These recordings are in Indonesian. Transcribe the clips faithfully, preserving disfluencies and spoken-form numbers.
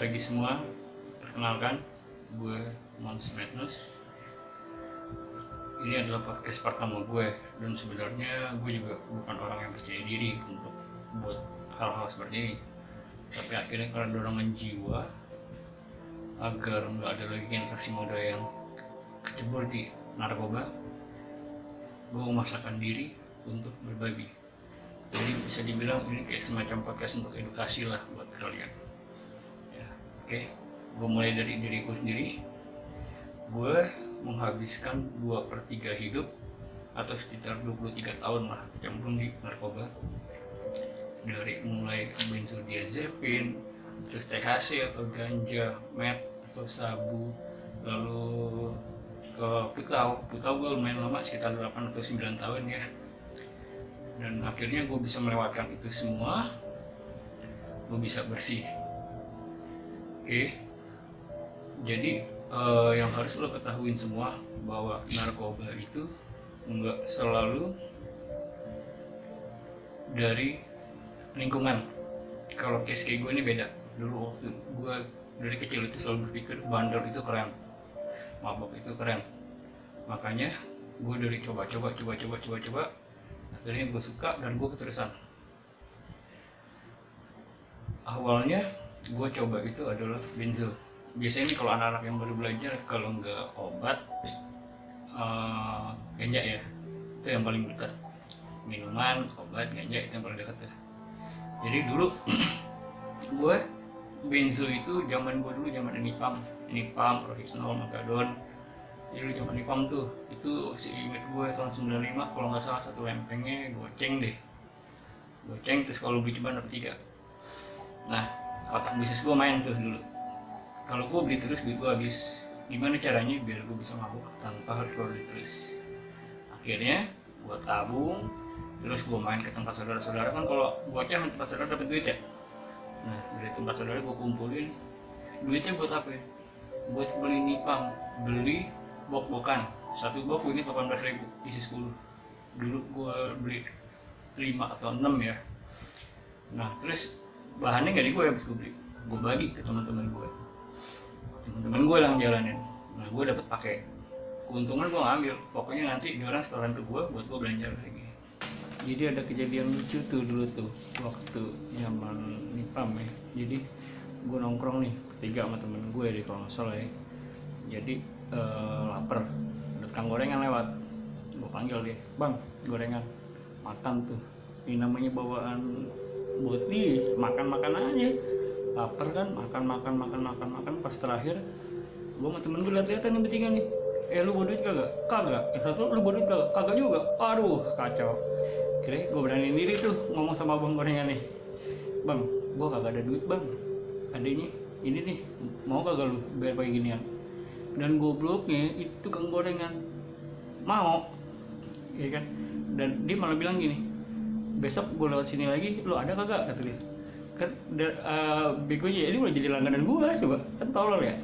pagi semua, perkenalkan, gue Mons Madness. Ini adalah podcast pertama gue, dan sebenarnya gue juga bukan orang yang percaya diri untuk buat hal-hal seperti ini. Tapi akhirnya karena dorongan jiwa agar nggak ada lagi generasi muda yang kecebur di narkoba, gue memaksakan diri untuk berbagi. Jadi bisa dibilang ini kayak semacam podcast untuk edukasi lah buat kalian. Ya, oke, gue mulai dari diriku sendiri. Gue menghabiskan dua per tiga hidup atau sekitar dua puluh tiga tahun lah cemplung di narkoba. Dari mulai benzodiazepin, terus T H C atau ganja, meth atau sabu, lalu ke putau. Putau gue lumayan lama, sekitar delapan atau sembilan tahun ya. Dan akhirnya gue bisa melewatkan itu semua, gue bisa bersih. Oke, jadi uh, yang harus lo ketahuin semua bahwa narkoba itu nggak selalu dari lingkungan. Kalau case kayak gue ini beda. Dulu waktu gue dari kecil itu selalu berpikir bandel itu keren, mabok itu keren. Makanya gue dari coba-coba, coba-coba, coba-coba, akhirnya gue suka dan gue keterusan. Awalnya gue coba itu adalah benzo. Biasanya ini kalau anak-anak yang baru belajar, kalau nggak obat, uh, ganja ya, itu yang paling dekat. Minuman, obat, ganja itu yang paling dekat ya. Jadi dulu gue benzo itu zaman gue dulu zaman Enipam, Enipam, Rohypnol, Magadon. Jadi zaman Enipam tuh, itu si inget gue tahun sembilan puluh lima kalau nggak salah satu lempengnya goceng deh, goceng terus kalau beli cuma dapat tiga. Nah, otak bisnis gue main tuh dulu. Kalau gue beli terus duit gue habis. Gimana caranya biar gue bisa mabuk tanpa harus beli terus? Akhirnya gue tabung, terus gue main ke tempat saudara-saudara. Kan kalau bocah main tempat saudara dapat duit ya. Nah, dari tempat saudara gue kumpulin duitnya buat apa? Buat beli nipam, beli bok-bokan. Satu bok gue ini delapan belas ribu, isi sepuluh. Dulu gue beli lima atau enam ya. Nah, terus bahannya nggak di gue habis gue beli, gue bagi ke teman-teman gue. Teman-teman gue yang jalanin. Nah, gue dapat pakai. Keuntungan gue ngambil. Pokoknya nanti di orang setoran ke gue buat gue belanja lagi. Jadi ada kejadian lucu tuh dulu tuh waktu zaman nipam ya. Jadi gue nongkrong nih tiga sama temen gue di kalau nggak salah ya. Jadi ee, lapar, ada tukang gorengan lewat. Gue panggil dia, bang gorengan, makan tuh. Ini namanya bawaan boti, makan-makan aja. Lapar kan, makan makan makan makan makan. Pas terakhir gue sama temen gue lihat-lihatan nih bertiga nih. Eh lu bawa duit kagak? Kagak. Yang satu lu bawa duit kagak? Kagak juga. Aduh kacau. Kira gue berani diri tuh ngomong sama bang gorengan nih, bang gue kagak ada duit bang, adanya ini nih, mau kagak lu bayar pagi ginian? Dan gobloknya itu tukang gorengan mau, ya kan? Dan dia malah bilang gini, besok gue lewat sini lagi, lu ada kagak? Kata dia. Kan uh, begonya ini udah jadi langganan gue, coba kan tolol ya.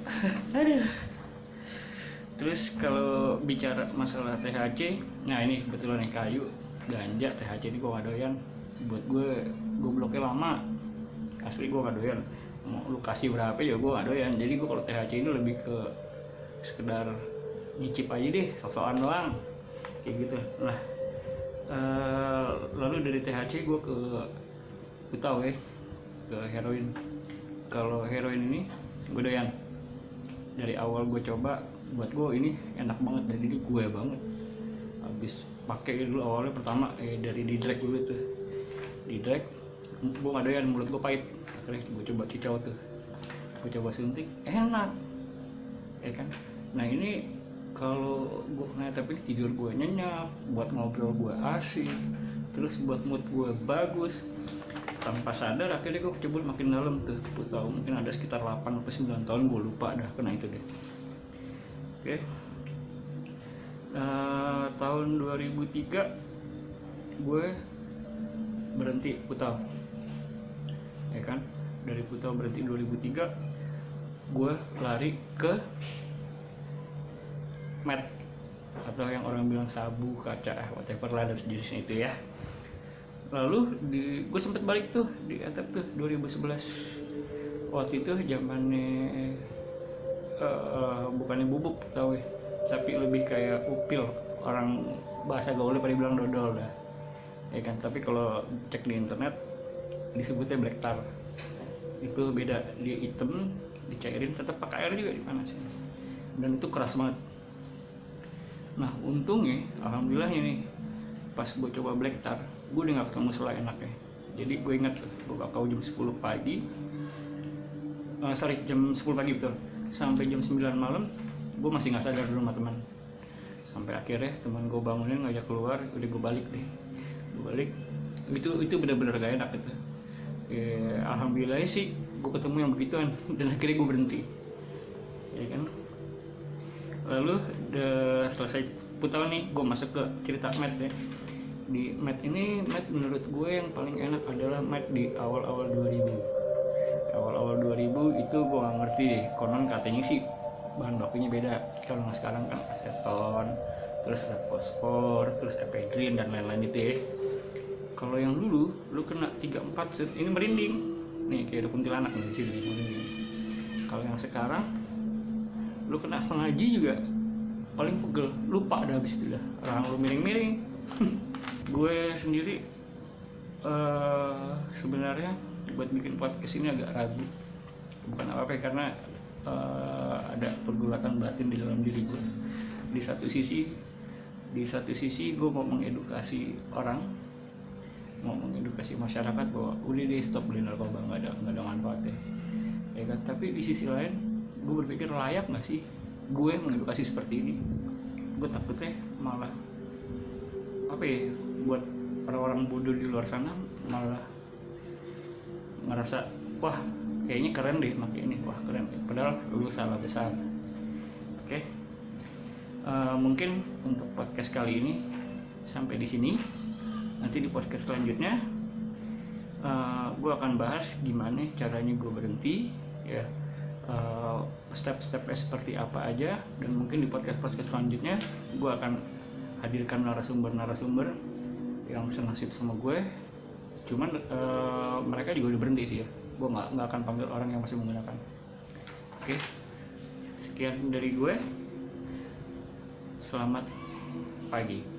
Terus kalau bicara masalah T H C, nah ini kebetulan nih kayu, ganja, T H C ini gue gak doyan. Buat gue, gue bloknya lama, asli gue gak doyan. Mau lu kasih berapa ya gue gak doyan. Jadi gue kalau T H C ini lebih ke sekedar nyicip aja deh, sosokan doang kayak gitu. Nah uh, lalu dari T H C gue ke gue tau ya, ke heroin. Kalau heroin ini gue doyan. Dari awal gue coba, buat gue ini enak banget dan ini gue banget. Habis pakai dulu awalnya pertama eh dari di drag dulu tuh, di drag gue gak doyan, mulut gue pahit. Akhirnya gue coba cicau tuh, gue coba suntik, enak ya kan. Nah ini kalau gue kena tapi ini tidur gue nyenyak, buat ngobrol gue asik, terus buat mood gue bagus. Tanpa sadar akhirnya gue kecebur makin dalam tuh. Gue tahu mungkin ada sekitar delapan atau sembilan tahun, gue lupa dah kena itu deh. Oke, uh, tahun dua ribu tiga gue berhenti putau, ya kan. Dari putau berhenti dua ribu tiga, gue lari ke meth atau yang orang bilang sabu, kaca, whatever lah dari jenisnya itu ya. Lalu di, gue sempet balik tuh di atap tuh dua ribu sebelas. waktu itu zamannya uh, bukannya bubuk tau ya, tapi lebih kayak upil, orang bahasa gaulnya pada bilang dodol dah ya kan. Tapi kalau cek di internet disebutnya black tar, itu beda, dia hitam dicairin, tetap pakai air juga dipanasin, dan itu keras banget. Nah untungnya alhamdulillah ini pas gue coba black tar, gue udah gak ketemu selah enaknya. Jadi gue ingat gue bakau jam sepuluh pagi, uh, sorry jam sepuluh pagi betul, sampai jam sembilan malam gue masih gak sadar di rumah teman. Sampai akhirnya teman gue bangunin, ngajak keluar, udah gue balik deh, gue balik. Itu itu benar-benar gak enak gitu. Ya, alhamdulillah sih gue ketemu yang begituan dan akhirnya gue berhenti ya kan. Lalu udah selesai putaran nih, gue masuk ke cerita mat ya. Di mat ini, mat menurut gue yang paling enak adalah mat di awal-awal dua ribu. Awal-awal dua ribu itu gue gak ngerti deh, konon katanya sih bahan bakunya beda. Kalau nggak sekarang kan aseton, terus ada fosfor, terus ephedrine dan lain-lain itu ya. Kalau yang dulu lu kena tiga empat set ini merinding nih, kayak ada kuntilanak nih di sini merinding. Kalau yang sekarang lu kena setengah G juga paling pegel, lupa dah habis itu dah, rahang lu miring-miring. Gue sendiri uh, sebenarnya buat bikin podcast ini agak ragu, bukan apa-apa ya, karena uh, ada pergulatan batin di dalam diri gue. Di satu sisi di satu sisi gue mau mengedukasi orang, mau mengedukasi masyarakat bahwa udah deh stop beli narkoba, nggak ada nggak ada manfaatnya ya kan. Tapi di sisi lain gue berpikir, layak nggak sih gue mengedukasi seperti ini? Gue takutnya malah apa ya, buat orang-orang bodoh di luar sana malah ngerasa wah kayaknya keren deh pakai ini, wah keren, padahal lu salah besar. Oke, okay? uh, mungkin untuk podcast kali ini sampai di sini. Nanti di podcast selanjutnya uh, gue akan bahas gimana caranya gue berhenti ya, uh, step-stepnya seperti apa aja. Dan mungkin di podcast-podcast selanjutnya gue akan hadirkan narasumber-narasumber yang senasib sama gue. Cuman uh, mereka juga udah berhenti sih ya, gue gak, gak akan panggil orang yang masih menggunakan. Oke, sekian dari gue, selamat pagi.